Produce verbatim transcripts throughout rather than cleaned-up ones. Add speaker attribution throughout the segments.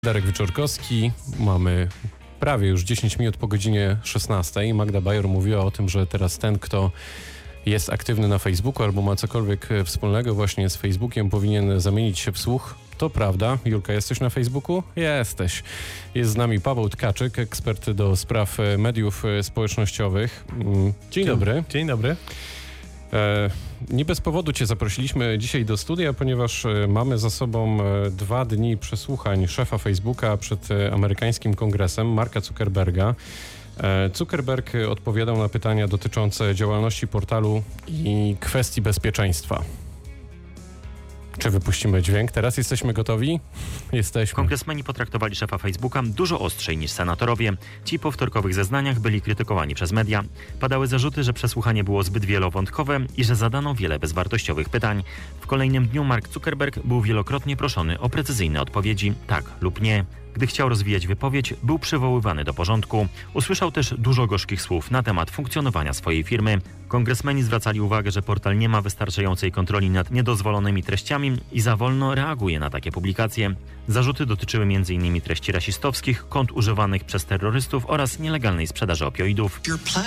Speaker 1: Darek Wieczorkowski, mamy prawie już dziesięć minut po godzinie szesnastej. Magda Bajor mówiła o tym, że teraz ten, kto jest aktywny na Facebooku albo ma cokolwiek wspólnego właśnie z Facebookiem, powinien zamienić się w słuch. To prawda. Julka, jesteś na Facebooku? Jesteś. Jest z nami Paweł Tkaczyk, ekspert do spraw mediów społecznościowych. Dzień dobry.
Speaker 2: Dzień dobry.
Speaker 1: E, nie bez powodu Cię zaprosiliśmy dzisiaj do studia, ponieważ mamy za sobą dwa dni przesłuchań szefa Facebooka przed amerykańskim kongresem, Marka Zuckerberga. E, Zuckerberg odpowiadał na pytania dotyczące działalności portalu i kwestii bezpieczeństwa. Czy wypuścimy dźwięk? Teraz jesteśmy gotowi? Jesteśmy.
Speaker 3: Kongresmeni potraktowali szefa Facebooka dużo ostrzej niż senatorowie. Ci po wtorkowych zeznaniach byli krytykowani przez media. Padały zarzuty, że przesłuchanie było zbyt wielowątkowe i że zadano wiele bezwartościowych pytań. W kolejnym dniu Mark Zuckerberg był wielokrotnie proszony o precyzyjne odpowiedzi, tak lub nie. Gdy chciał rozwijać wypowiedź, był przywoływany do porządku. Usłyszał też dużo gorzkich słów na temat funkcjonowania swojej firmy. Kongresmeni zwracali uwagę, że portal nie ma wystarczającej kontroli nad niedozwolonymi treściami i za wolno reaguje na takie publikacje. Zarzuty dotyczyły m in treści rasistowskich, kont używanych przez terrorystów oraz nielegalnej sprzedaży opioidów.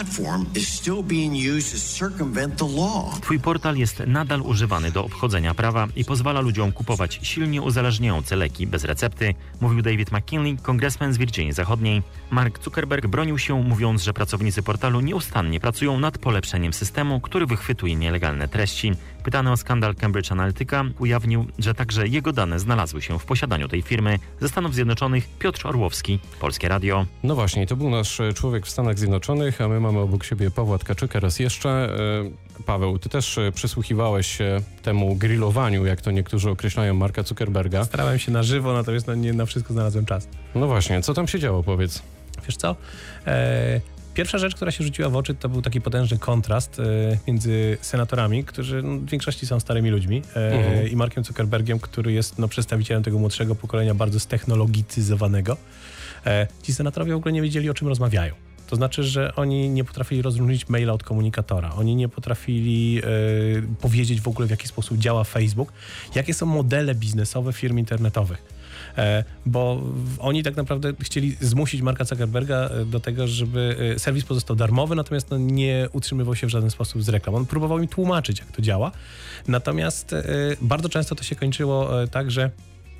Speaker 3: Twój portal jest nadal używany do obchodzenia prawa i pozwala ludziom kupować silnie uzależniające leki bez recepty, mówił David McKinley, kongresmen z Wirginii Zachodniej. Mark Zuckerberg bronił się, mówiąc, że pracownicy portalu nieustannie pracują nad polepszeniem systemu, który wychwytuje nielegalne treści. Pytany o skandal Cambridge Analytica, ujawnił, że także jego dane znalazły się w posiadaniu tej firmy. Ze Stanów Zjednoczonych Piotr Orłowski, Polskie Radio.
Speaker 1: No właśnie, to był nasz człowiek w Stanach Zjednoczonych, a my mamy obok siebie Pawła Tkaczyka raz jeszcze. Paweł, ty też przysłuchiwałeś się temu grillowaniu, jak to niektórzy określają, Marka Zuckerberga.
Speaker 2: Starałem się na żywo, natomiast no, nie na wszystko znalazłem czas.
Speaker 1: No właśnie, co tam się działo, powiedz?
Speaker 2: Wiesz co? E, pierwsza rzecz, która się rzuciła w oczy, to był taki potężny kontrast e, między senatorami, którzy no, w większości są starymi ludźmi, e, mhm. i Markiem Zuckerbergiem, który jest no, przedstawicielem tego młodszego pokolenia, bardzo ztechnologicyzowanego. E, ci senatorowie w ogóle nie wiedzieli, o czym rozmawiają. To znaczy, że oni nie potrafili rozróżnić maila od komunikatora. Oni nie potrafili e, powiedzieć w ogóle, w jaki sposób działa Facebook, jakie są modele biznesowe firm internetowych. E, bo oni tak naprawdę chcieli zmusić Marka Zuckerberga do tego, żeby serwis pozostał darmowy, natomiast no, nie utrzymywał się w żaden sposób z reklam. On próbował im tłumaczyć, jak to działa. Natomiast e, bardzo często to się kończyło e, tak, że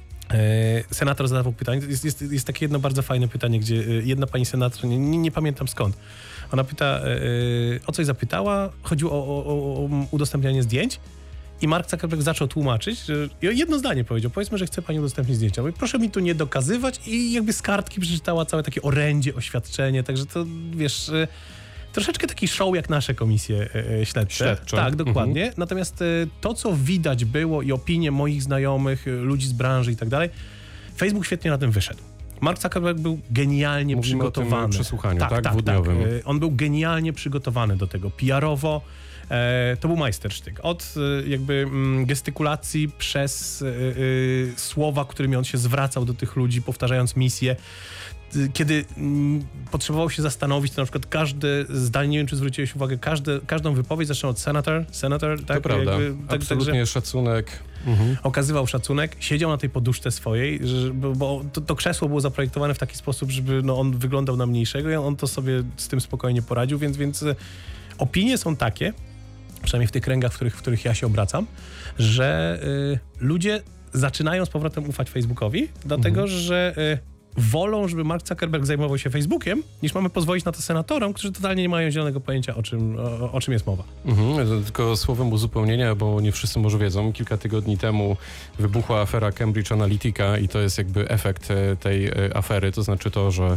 Speaker 2: senator zadawał pytanie. Jest, jest, jest takie jedno bardzo fajne pytanie, gdzie jedna pani senator, nie, nie, nie pamiętam skąd, ona pyta, o coś zapytała, chodziło o, o, o udostępnianie zdjęć i Mark Zuckerberg zaczął tłumaczyć, że jedno zdanie powiedział, powiedzmy, że chce pani udostępnić zdjęcia. Mówi, proszę mi tu nie dokazywać i jakby z kartki przeczytała całe takie orędzie, oświadczenie, także to wiesz... Troszeczkę taki show jak nasze komisje e, śledcze.
Speaker 1: Śledcze.
Speaker 2: Tak, dokładnie.
Speaker 1: Mhm.
Speaker 2: Natomiast e, to, co widać było i opinie moich znajomych, ludzi z branży i tak dalej, Facebook świetnie na tym wyszedł. Mark Zuckerberg był genialnie
Speaker 1: Mówimy
Speaker 2: przygotowany.
Speaker 1: O tym przesłuchaniu, tak, tak,
Speaker 2: dwudniowym. Tak. On był genialnie przygotowany do tego. P R owo e, to był majstersztyk. Od e, jakby m, gestykulacji przez e, e, słowa, którymi on się zwracał do tych ludzi, powtarzając misję. Kiedy mm, potrzebował się zastanowić, to na przykład każde zdanie, nie wiem, czy zwróciłeś uwagę, każde, każdą wypowiedź zaczynał od senator, senator, tak?
Speaker 1: To prawda,
Speaker 2: jakby, tak,
Speaker 1: absolutnie
Speaker 2: także
Speaker 1: szacunek. Mhm.
Speaker 2: Okazywał szacunek, siedział na tej poduszce swojej, że, bo, bo to, to krzesło było zaprojektowane w taki sposób, żeby no, on wyglądał na mniejszego i on to sobie z tym spokojnie poradził, więc, więc opinie są takie, przynajmniej w tych kręgach, w których, w których ja się obracam, że y, ludzie zaczynają z powrotem ufać Facebookowi, dlatego, mhm. że y, wolą, żeby Mark Zuckerberg zajmował się Facebookiem, niż mamy pozwolić na to senatorom, którzy totalnie nie mają zielonego pojęcia, o czym, o, o czym jest mowa.
Speaker 1: Mhm, tylko słowem uzupełnienia, bo nie wszyscy może wiedzą, kilka tygodni temu wybuchła afera Cambridge Analytica i to jest jakby efekt tej afery, to znaczy to, że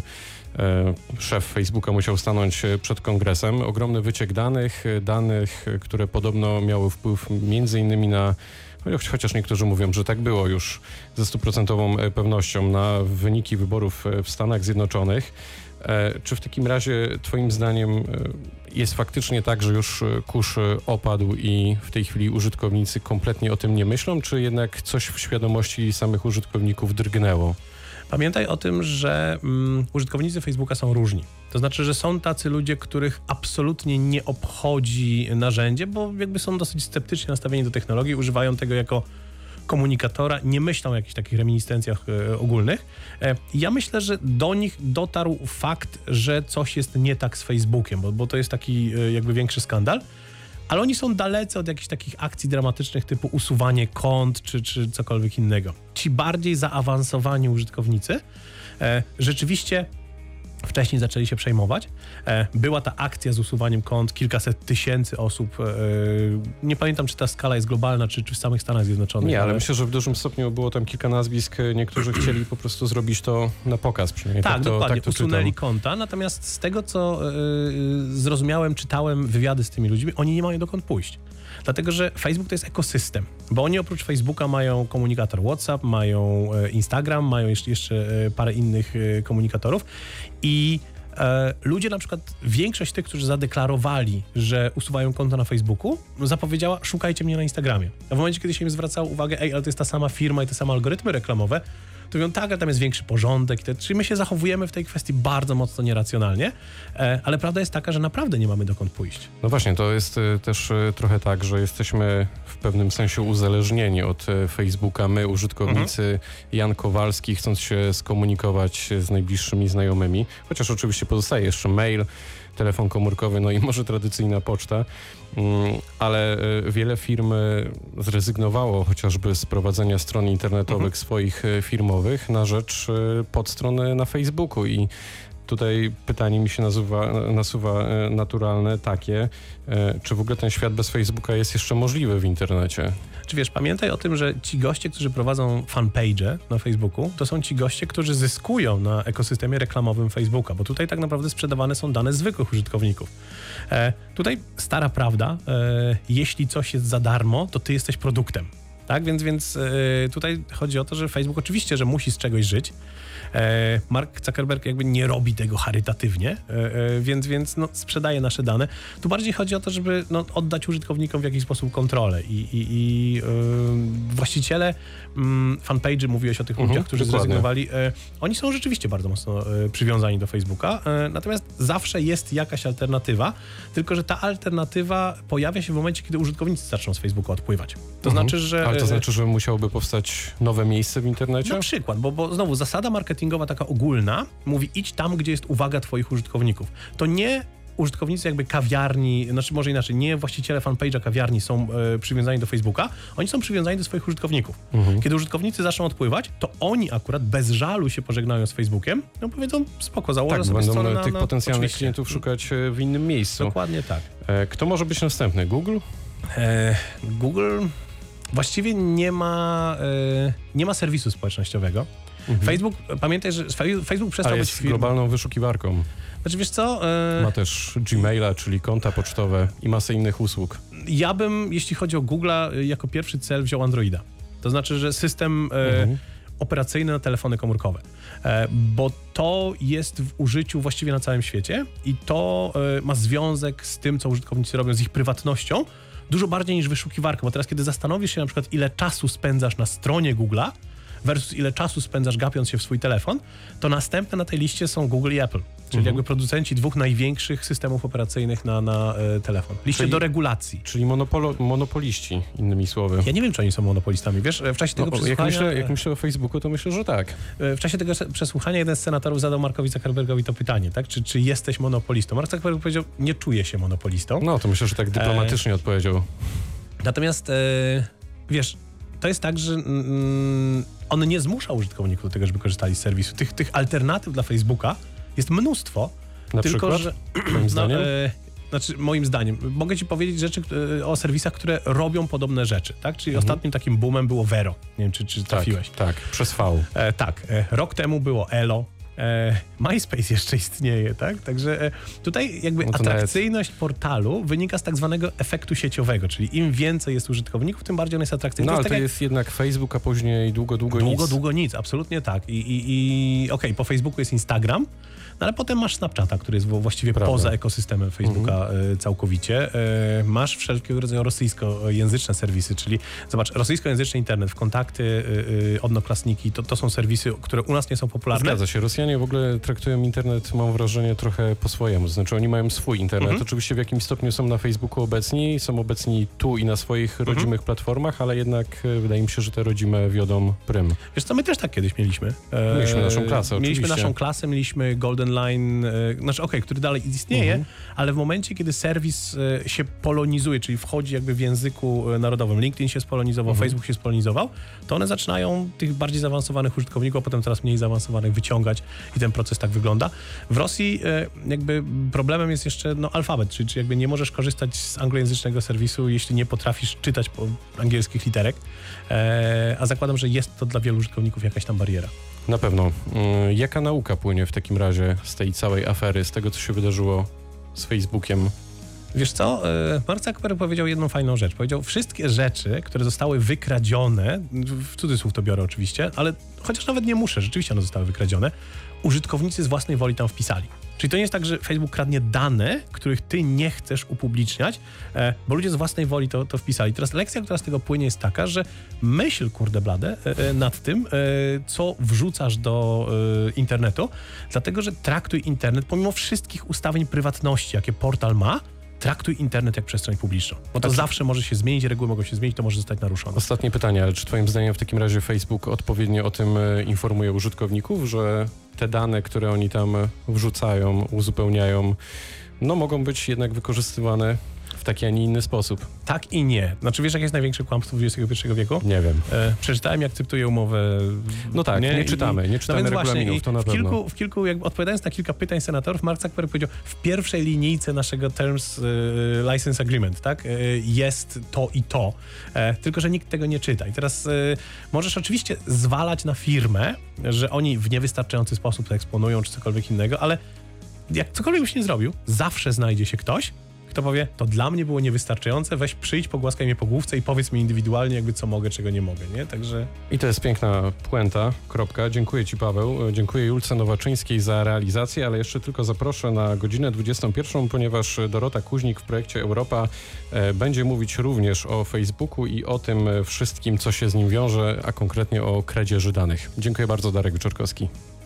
Speaker 1: szef Facebooka musiał stanąć przed kongresem. Ogromny wyciek danych, danych, które podobno miały wpływ między innymi na, chociaż niektórzy mówią, że tak było już ze stuprocentową pewnością, na wyniki wyborów w Stanach Zjednoczonych. Czy w takim razie twoim zdaniem jest faktycznie tak, że już kurz opadł i w tej chwili użytkownicy kompletnie o tym nie myślą, czy jednak coś w świadomości samych użytkowników drgnęło?
Speaker 2: Pamiętaj o tym, że um, użytkownicy Facebooka są różni. To znaczy, że są tacy ludzie, których absolutnie nie obchodzi narzędzie, bo jakby są dosyć sceptycznie nastawieni do technologii, używają tego jako komunikatora, nie myślą o jakichś takich reminiscencjach e, ogólnych. E, ja myślę, że do nich dotarł fakt, że coś jest nie tak z Facebookiem, bo, bo to jest taki e, jakby większy skandal. Ale oni są dalece od jakichś takich akcji dramatycznych typu usuwanie kont czy, czy cokolwiek innego. Ci bardziej zaawansowani użytkownicy e, rzeczywiście wcześniej zaczęli się przejmować. E, była ta akcja z usuwaniem kont, kilkaset tysięcy osób. E, nie pamiętam, czy ta skala jest globalna, czy, czy w samych Stanach Zjednoczonych.
Speaker 1: Nie, ale myślę, że w dużym stopniu było tam kilka nazwisk. Niektórzy chcieli po prostu zrobić to na pokaz. Przynajmniej
Speaker 2: tak,
Speaker 1: tak to,
Speaker 2: dokładnie.
Speaker 1: tak to
Speaker 2: usunęli
Speaker 1: czytam.
Speaker 2: konta. Natomiast z tego, co e, zrozumiałem, czytałem wywiady z tymi ludźmi, oni nie mają dokąd pójść. Dlatego, że Facebook to jest ekosystem, bo oni oprócz Facebooka mają komunikator WhatsApp, mają Instagram, mają jeszcze, jeszcze parę innych komunikatorów i e, ludzie, na przykład większość tych, którzy zadeklarowali, że usuwają konto na Facebooku, zapowiedziała, szukajcie mnie na Instagramie. A w momencie, kiedy się im zwracało uwagę, ej, ale to jest ta sama firma i te same algorytmy reklamowe, to mówią, tak, ale tam jest większy porządek. Czyli my się zachowujemy w tej kwestii bardzo mocno nieracjonalnie, e, ale prawda jest taka, że naprawdę nie mamy dokąd pójść.
Speaker 1: No właśnie, to jest y, też y, trochę tak, że jesteśmy w pewnym sensie uzależnieni od y, Facebooka. My, użytkownicy, mhm. Jan Kowalski, chcąc się skomunikować z najbliższymi znajomymi, chociaż oczywiście pozostaje jeszcze mail, telefon komórkowy, no i może tradycyjna poczta, ale wiele firm zrezygnowało chociażby z prowadzenia stron internetowych mhm. swoich firmowych na rzecz podstron na Facebooku i tutaj pytanie mi się nasuwa, nasuwa naturalne takie, czy w ogóle ten świat bez Facebooka jest jeszcze możliwy w internecie?
Speaker 2: Czy wiesz, pamiętaj o tym, że ci goście, którzy prowadzą fanpage na Facebooku, to są ci goście, którzy zyskują na ekosystemie reklamowym Facebooka, bo tutaj tak naprawdę sprzedawane są dane zwykłych użytkowników. E, tutaj stara prawda, e, jeśli coś jest za darmo, to ty jesteś produktem. Tak, więc, więc e, tutaj chodzi o to, że Facebook oczywiście, że musi z czegoś żyć. E, Mark Zuckerberg jakby nie robi tego charytatywnie, e, e, więc, więc no, sprzedaje nasze dane. Tu bardziej chodzi o to, żeby no, oddać użytkownikom w jakiś sposób kontrolę i, i, i e, właściciele mm, fanpage'y, mówiłeś o tych mhm, ludziach, którzy dokładnie. zrezygnowali, e, oni są rzeczywiście bardzo mocno e, przywiązani do Facebooka, e, natomiast zawsze jest jakaś alternatywa, tylko że ta alternatywa pojawia się w momencie, kiedy użytkownicy zaczną z Facebooka odpływać. To
Speaker 1: mhm.
Speaker 2: znaczy, że...
Speaker 1: Ale to znaczy, że musiałoby powstać nowe miejsce w internecie?
Speaker 2: Na przykład, bo, bo znowu zasada marketingowa taka ogólna mówi idź tam, gdzie jest uwaga twoich użytkowników. To nie użytkownicy jakby kawiarni, znaczy może inaczej, nie właściciele fanpage'a kawiarni są e, przywiązani do Facebooka, oni są przywiązani do swoich użytkowników. Mhm. Kiedy użytkownicy zaczną odpływać, to oni akurat bez żalu się pożegnają z Facebookiem, no powiedzą spoko, założę
Speaker 1: tak,
Speaker 2: sobie
Speaker 1: będą
Speaker 2: stronę
Speaker 1: na,
Speaker 2: na,
Speaker 1: tych
Speaker 2: na,
Speaker 1: potencjalnych
Speaker 2: oczywiście.
Speaker 1: klientów szukać w innym miejscu.
Speaker 2: Dokładnie tak.
Speaker 1: E, kto może być następny? Google?
Speaker 2: E, Google właściwie nie ma, e, nie ma serwisu społecznościowego. Mhm. Facebook, pamiętaj, że Facebook przestał
Speaker 1: Ale
Speaker 2: być
Speaker 1: jest
Speaker 2: firmą.
Speaker 1: globalną wyszukiwarką.
Speaker 2: Znaczy wiesz co? E...
Speaker 1: Ma też Gmaila, czyli konta pocztowe i masę innych usług.
Speaker 2: Ja bym, jeśli chodzi o Google'a, jako pierwszy cel wziął Androida. To znaczy, że system e, mhm. operacyjny na telefony komórkowe. E, bo to jest w użyciu właściwie na całym świecie i to e, ma związek z tym, co użytkownicy robią, z ich prywatnością, dużo bardziej niż wyszukiwarką. Bo teraz, kiedy zastanowisz się na przykład, ile czasu spędzasz na stronie Google'a, versus ile czasu spędzasz gapiąc się w swój telefon, to następne na tej liście są Google i Apple, czyli mhm. jakby producenci dwóch największych systemów operacyjnych na, na e, telefon. Liście
Speaker 1: czyli,
Speaker 2: do regulacji.
Speaker 1: Czyli monopolo, monopoliści, innymi słowy.
Speaker 2: Ja nie wiem, czy oni są monopolistami. Wiesz, w czasie tego
Speaker 1: no,
Speaker 2: przesłuchania...
Speaker 1: Jak myślę, jak myślę o Facebooku, to myślę, że tak.
Speaker 2: W czasie tego przesłuchania jeden z senatorów zadał Markowi Zuckerbergowi to pytanie, tak? Czy, czy jesteś monopolistą? Mark Zuckerberg powiedział, nie czuję się monopolistą.
Speaker 1: No, to myślę, że tak dyplomatycznie e... odpowiedział.
Speaker 2: Natomiast, e... wiesz, to jest tak, że mm, on nie zmusza użytkowników do tego, żeby korzystali z serwisu. Tych, tych alternatyw dla Facebooka jest mnóstwo.
Speaker 1: Na
Speaker 2: tylko,
Speaker 1: przykład?
Speaker 2: Że,
Speaker 1: moim zdaniem?
Speaker 2: No, e, znaczy, moim zdaniem. Mogę ci powiedzieć rzeczy e, o serwisach, które robią podobne rzeczy, tak? Czyli mhm. ostatnim takim boomem było Vero. Nie wiem, czy, czy trafiłeś.
Speaker 1: Tak, tak, przez V.
Speaker 2: E, tak. E, rok temu było Elo. E, MySpace jeszcze istnieje, tak? Także e, tutaj jakby no atrakcyjność nawet... portalu wynika z tak zwanego efektu sieciowego, czyli im więcej jest użytkowników, tym bardziej on jest atrakcyjny.
Speaker 1: No
Speaker 2: to
Speaker 1: ale
Speaker 2: jest
Speaker 1: to
Speaker 2: tak
Speaker 1: jest jak... jednak Facebook, a później długo, długo,
Speaker 2: długo
Speaker 1: nic.
Speaker 2: Długo, długo nic, absolutnie tak. I, i, i okej, okay, po Facebooku jest Instagram, no ale potem masz Snapchata, który jest właściwie Prawda. poza ekosystemem Facebooka mhm. całkowicie. E, masz wszelkiego rodzaju rosyjskojęzyczne serwisy, czyli zobacz, rosyjskojęzyczny internet, w kontakty, e, odnoklasniki, to, to są serwisy, które u nas nie są popularne.
Speaker 1: Zgadza się, Rosjanie Rosjanie w ogóle traktują internet, mam wrażenie, trochę po swojemu. Znaczy oni mają swój internet.
Speaker 2: Mhm.
Speaker 1: Oczywiście w jakimś stopniu są na Facebooku obecni, są obecni tu i na swoich
Speaker 2: Mhm.
Speaker 1: rodzimych platformach, ale jednak e, wydaje mi się, że te rodzime wiodą prym.
Speaker 2: Wiesz co, my też tak kiedyś mieliśmy. E,
Speaker 1: Mieliśmy naszą klasę,
Speaker 2: Mieliśmy
Speaker 1: oczywiście.
Speaker 2: naszą klasę, mieliśmy Golden Line, e, znaczy okej, który dalej istnieje,
Speaker 1: Mhm.
Speaker 2: ale w momencie, kiedy serwis e, się polonizuje, czyli wchodzi jakby w języku e, narodowym, LinkedIn się spolonizował,
Speaker 1: Mhm.
Speaker 2: Facebook się spolonizował, to one zaczynają tych bardziej zaawansowanych użytkowników, a potem coraz mniej zaawansowanych wyciągać i ten proces tak wygląda. W Rosji e, jakby problemem jest jeszcze no, alfabet, czyli, czyli jakby nie możesz korzystać z anglojęzycznego serwisu, jeśli nie potrafisz czytać po angielskich literek, e, a zakładam, że jest to dla wielu użytkowników jakaś tam bariera.
Speaker 1: Na pewno. Mm, Jaka nauka płynie w takim razie z tej całej afery, z tego, co się wydarzyło z Facebookiem?
Speaker 2: Wiesz co, e, Mark Zuckerberg powiedział jedną fajną rzecz. Powiedział, wszystkie rzeczy, które zostały wykradzione, w cudzysłów to biorę oczywiście, ale chociaż nawet nie muszę, rzeczywiście one zostały wykradzione, użytkownicy z własnej woli tam wpisali. Czyli to nie jest tak, że Facebook kradnie dane, których ty nie chcesz upubliczniać, e, bo ludzie z własnej woli to, to wpisali. Teraz lekcja, która z tego płynie, jest taka, że myśl, kurde blade, e, nad tym, e, co wrzucasz do e, internetu, dlatego, że traktuj internet, pomimo wszystkich ustawień prywatności, jakie portal ma, traktuj internet jak przestrzeń publiczną. Bo to
Speaker 1: A czy-
Speaker 2: zawsze może się zmienić, reguły mogą się zmienić, to może zostać naruszone.
Speaker 1: Ostatnie pytanie, ale czy twoim zdaniem w takim razie Facebook odpowiednio o tym e, informuje użytkowników, że te dane, które oni tam e, wrzucają, uzupełniają, no mogą być jednak wykorzystywane w taki, a nie inny sposób?
Speaker 2: Tak i nie. Znaczy wiesz, jakie jest największe kłamstwo dwudziestego pierwszego wieku?
Speaker 1: Nie wiem.
Speaker 2: E, przeczytałem i akceptuję umowę.
Speaker 1: No tak, nie,
Speaker 2: I-
Speaker 1: czytamy, nie czytamy
Speaker 2: no więc właśnie,
Speaker 1: regulaminów,
Speaker 2: i
Speaker 1: to na
Speaker 2: w
Speaker 1: pewno.
Speaker 2: kilku, w kilku jakby odpowiadając na kilka pytań senatorów, Mark Zuckerberg powiedział, w pierwszej linijce naszego Terms e, License Agreement, tak, e, jest to i to, e, tylko że nikt tego nie czyta. I teraz e, możesz oczywiście zwalać na firmę, że oni w niewystarczający sposób to eksponują, czy cokolwiek innego, ale jak cokolwiek byś nie zrobił, zawsze znajdzie się ktoś, kto powie, to dla mnie było niewystarczające, weź przyjdź, pogłaskaj mnie po główce i powiedz mi indywidualnie jakby co mogę, czego nie mogę, nie? Także...
Speaker 1: I to jest piękna puenta, kropka. Dziękuję ci, Paweł. Dziękuję Julce Nowaczyńskiej za realizację, ale jeszcze tylko zaproszę na godzinę dwudziestą pierwszą, ponieważ Dorota Kuźnik w projekcie Europa e, będzie mówić również o Facebooku i o tym wszystkim, co się z nim wiąże, a konkretnie o kradzieży danych. Dziękuję bardzo, Darek Wieczorkowski.